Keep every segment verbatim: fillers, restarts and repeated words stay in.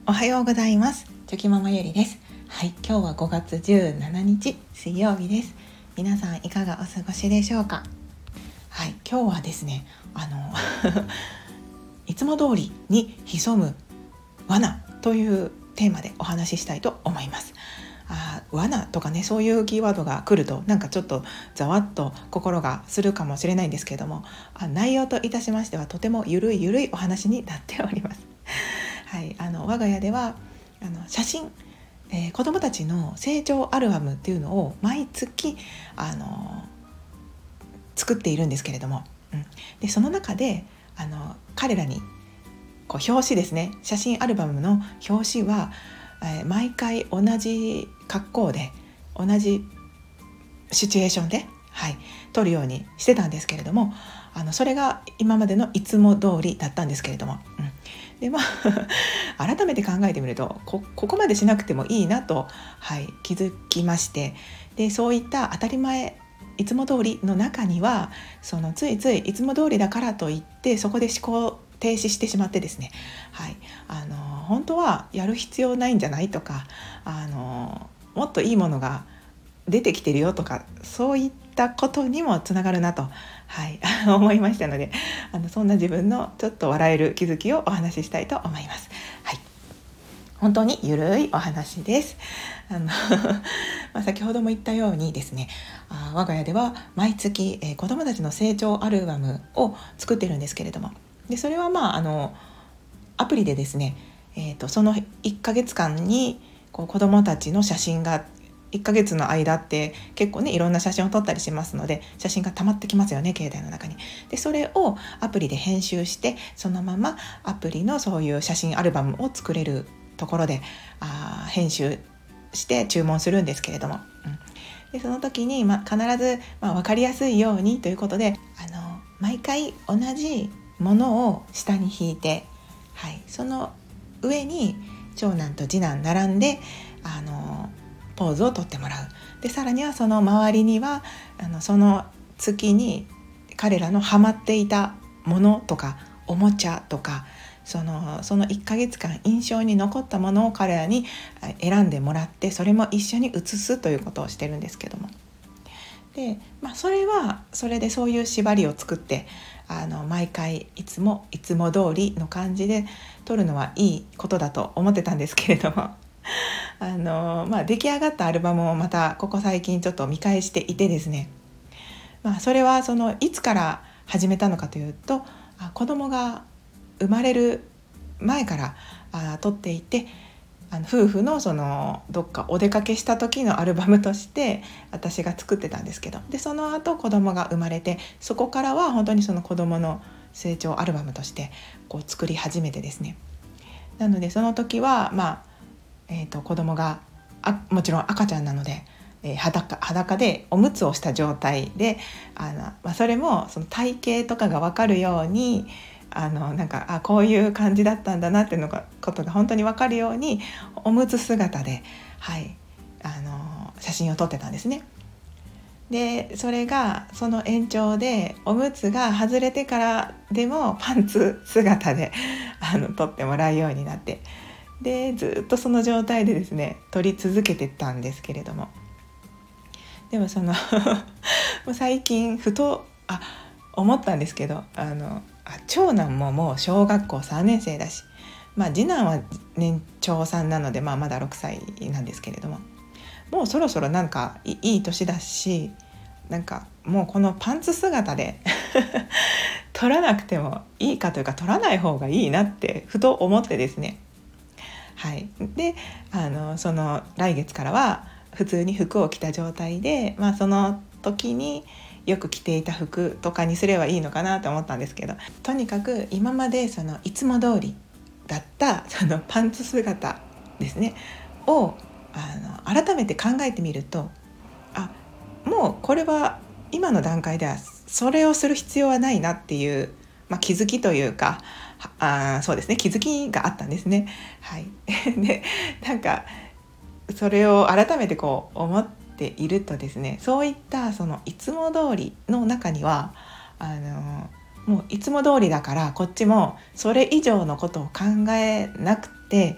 おはようございます。チョキママゆりです。はい、今日はごがつじゅうしちにち水曜日です。皆さんいかがお過ごしでしょうか。はい、今日はですね、あのいつも通りに潜む罠というテーマでお話ししたいと思います。あ罠とかね、そういうキーワードが来るとなんかちょっとざわっと心がするかもしれないんですけれども、あ内容といたしましてはとてもゆるいゆるいお話になっております。はい、あの我が家ではあの写真、えー、子どもたちの成長アルバムっていうのを毎月あの作っているんですけれども、うん、でその中であの彼らにこう表紙ですね、写真アルバムの表紙は、えー、毎回同じ格好で同じシチュエーションで、はい、撮るようにしてたんですけれども、あのそれが今までのいつも通りだったんですけれども、うん、でまあ改めて考えてみると こ, ここまでしなくてもいいなと、はい、気づきまして、でそういった当たり前いつも通りの中にはそのついついいつも通りだからといってそこで思考停止してしまってですね、はい、あの本当はやる必要ないんじゃないとか、あのもっといいものが出てきてるよとか、そういったことにもつながるなと、はい、思いましたので、あのそんな自分のちょっと笑える気づきをお話ししたいと思います。はい、本当にゆるいお話です。あのまあ先ほども言ったようにですね、あ我が家では毎月、えー、子どもたちの成長アルバムを作ってるんですけれども、でそれはまああのアプリでですね、えーと、そのいっかげつかんにこう子どもたちの写真がいっかげつの間って結構ねいろんな写真を撮ったりしますので、写真が溜まってきますよね、携帯の中に。でそれをアプリで編集してそのままアプリのそういう写真アルバムを作れるところであ編集して注文するんですけれども、うん、でその時に、ま、必ず、まあ、分かりやすいようにということで、あの毎回同じものを下に引いて、はい、その上に長男と次男並んであのポーズをとってもらう。でさらにはその周りにはあのその月に彼らのハマっていたものとかおもちゃとか、そのそのいっかげつかん印象に残ったものを彼らに選んでもらって、それも一緒に写すということをしてるんですけども、で、まあ、それはそれでそういう縛りを作ってあの毎回いつもいつも通りの感じで撮るのはいいことだと思ってたんですけれどもあの、まあ、出来上がったアルバムをまたここ最近ちょっと見返していてですね、まあ、それはそのいつから始めたのかというと、あ子供が生まれる前からあ撮っていて、あの夫婦のそのどっかお出かけした時のアルバムとして私が作ってたんですけど、でその後子供が生まれて、そこからは本当にその子供の成長アルバムとしてこう作り始めてですね、なのでその時はまあ、えーと、子供があもちろん赤ちゃんなので、えー、裸, 裸でおむつをした状態で、あの、まあ、それもその体型とかが分かるように、あのなんかあこういう感じだったんだなっていうのがことが本当に分かるようにおむつ姿で、はい、あの写真を撮ってたんですね。でそれがその延長でおむつが外れてからでもパンツ姿であの撮ってもらうようになって、でずっとその状態でですね撮り続けてたんですけれども、でもそのもう最近ふとあ思ったんですけど、あのあ長男ももう小学校さんねん生だし、まあ、次男は年長さんなので、まあ、まだろくさいなんですけれども、もうそろそろなんかいい年だし、なんかもうこのパンツ姿で撮らなくてもいいかというか撮らない方がいいなってふと思ってですね、はい、であのその来月からは普通に服を着た状態で、まあ、その時によく着ていた服とかにすればいいのかなと思ったんですけど、とにかく今までそのいつも通りだったそのパンツ姿ですねをあの改めて考えてみると、あもうこれは今の段階ではそれをする必要はないなっていう、まあ、気づきというか、あそうですね気づきがあったんですね。はい、でなんかそれを改めてこう思っているとですね、そういったそのいつも通りの中にはあのもういつも通りだからこっちもそれ以上のことを考えなくて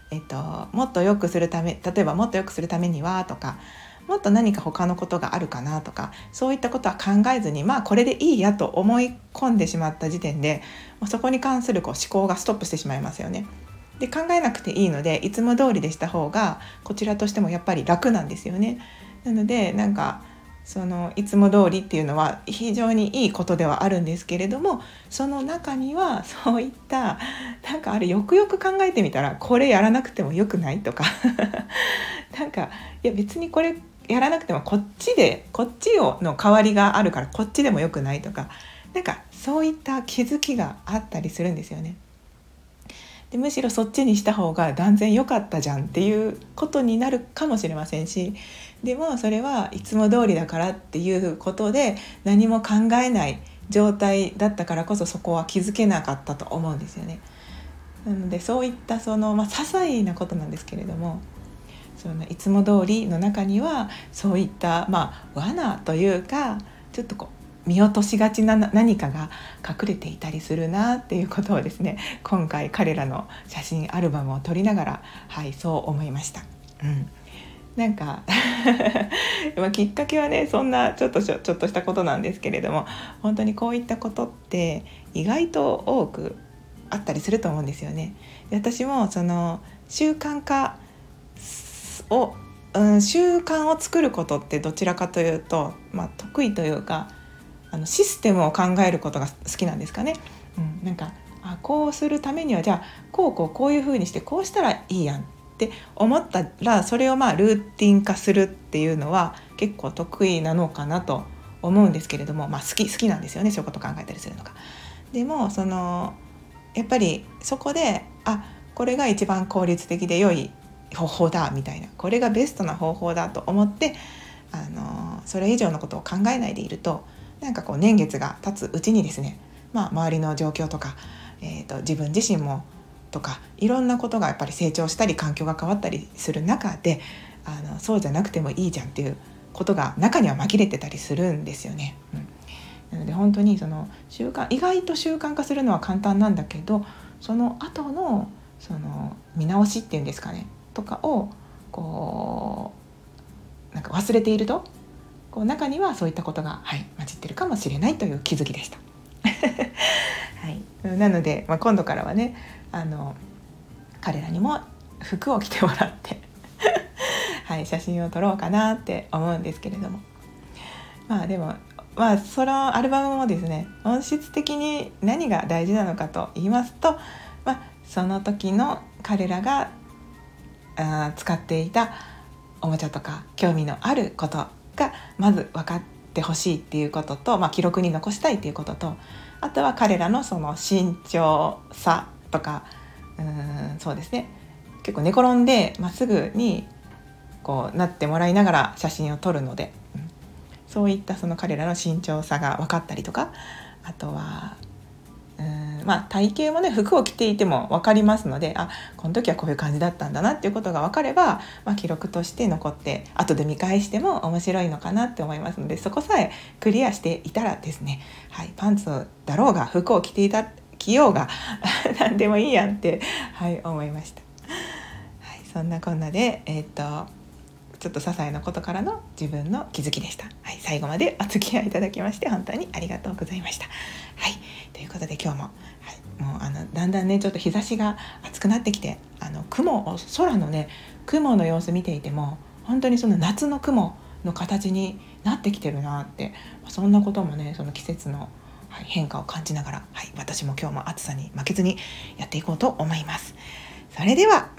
えっと、もっと良くするため例えばもっと良くするためにはとか、もっと何か他のことがあるかなとか、そういったことは考えずに、まあこれでいいやと思い込んでしまった時点で、そこに関するこう思考がストップしてしまいますよね。で、考えなくていいのでいつも通りでした方がこちらとしてもやっぱり楽なんですよね。なのでなんかそのいつも通りっていうのは非常にいいことではあるんですけれども、その中にはそういったなんかあれよくよく考えてみたらこれやらなくてもよくないとかなんかいや別にこれやらなくてもこっちでこっちをの代わりがあるからこっちでもよくないとか、なんかそういった気づきがあったりするんですよね。でむしろそっちにした方が断然良かったじゃんっていうことになるかもしれませんし、でもそれはいつも通りだからっていうことで何も考えない状態だったからこそそこは気づけなかったと思うんですよね。なのでそういったその、まあ、些細なことなんですけれども、そのいつも通りの中にはそういった、まあ、罠というかちょっとこう見落としがちな何かが隠れていたりするなっていうことをですね、今回彼らの写真アルバムを撮りながら、はいそう思いました。うん、なんかまあきっかけはねそんなちょっとちょっとしたことなんですけれども、本当にこういったことって意外と多くあったりすると思うんですよね。で私もその習慣化を、うん、習慣を作ることってどちらかというと、まあ、得意というかあのシステムを考えることが好きなんですかね。うん、なんかあこうするためにはじゃあこうこうこういう風にしてこうしたらいいやんって思ったら、それをまあルーティン化するっていうのは結構得意なのかなと思うんですけれども、まあ、好き好きなんですよね、そういうこと考えたりするのが。でもそのやっぱりそこであこれが一番効率的で良い方法だみたいな、これがベストな方法だと思ってあのそれ以上のことを考えないでいると、なんかこう年月が経つうちにですね、まあ、周りの状況とか、えーと、自分自身もとかいろんなことがやっぱり成長したり環境が変わったりする中で、あのそうじゃなくてもいいじゃんっていうことが中には紛れてたりするんですよね。うん、なので本当にその習慣意外と習慣化するのは簡単なんだけど、その後のその見直しっていうんですかねとかをこうなんか忘れていると、こう中にはそういったことが、はい、混じってるかもしれないという気づきでした。はい、なので、まあ、今度からはねあの彼らにも服を着てもらってはい、写真を撮ろうかなって思うんですけれども、まあでもまあそのアルバムもですね、本質的に何が大事なのかと言いますと、まあ、その時の彼らがあ使っていたおもちゃとか興味のあることがまず分かってほしいっていうことと、まあ、記録に残したいっていうことと、あとは彼らのその慎重さとか、うーんそうですね、結構寝転んでまっすぐにこうなってもらいながら写真を撮るので、うん、そういったその彼らの慎重さが分かったりとか、あとはうーん、まあ、体型もね服を着ていても分かりますので、あこの時はこういう感じだったんだなっていうことが分かれば、まあ、記録として残って後で見返しても面白いのかなって思いますので、そこさえクリアしていたらですね、はい、パンツだろうが服を着ていた着ようが何でもいいやんって、はい、思いました。はい、そんなこんなで、えー、っとちょっと些細なことからの自分の気づきでした。はい、最後までお付き合いいただきまして本当にありがとうございました。はい、ということで今日も、はい、もうあのだんだんねちょっと日差しが暑くなってきて、あの雲を空のね雲の様子見ていても本当にその夏の雲の形になってきてるなって、そんなこともねその季節の変化を感じながら、はい、私も今日も暑さに負けずにやっていこうと思います。それでは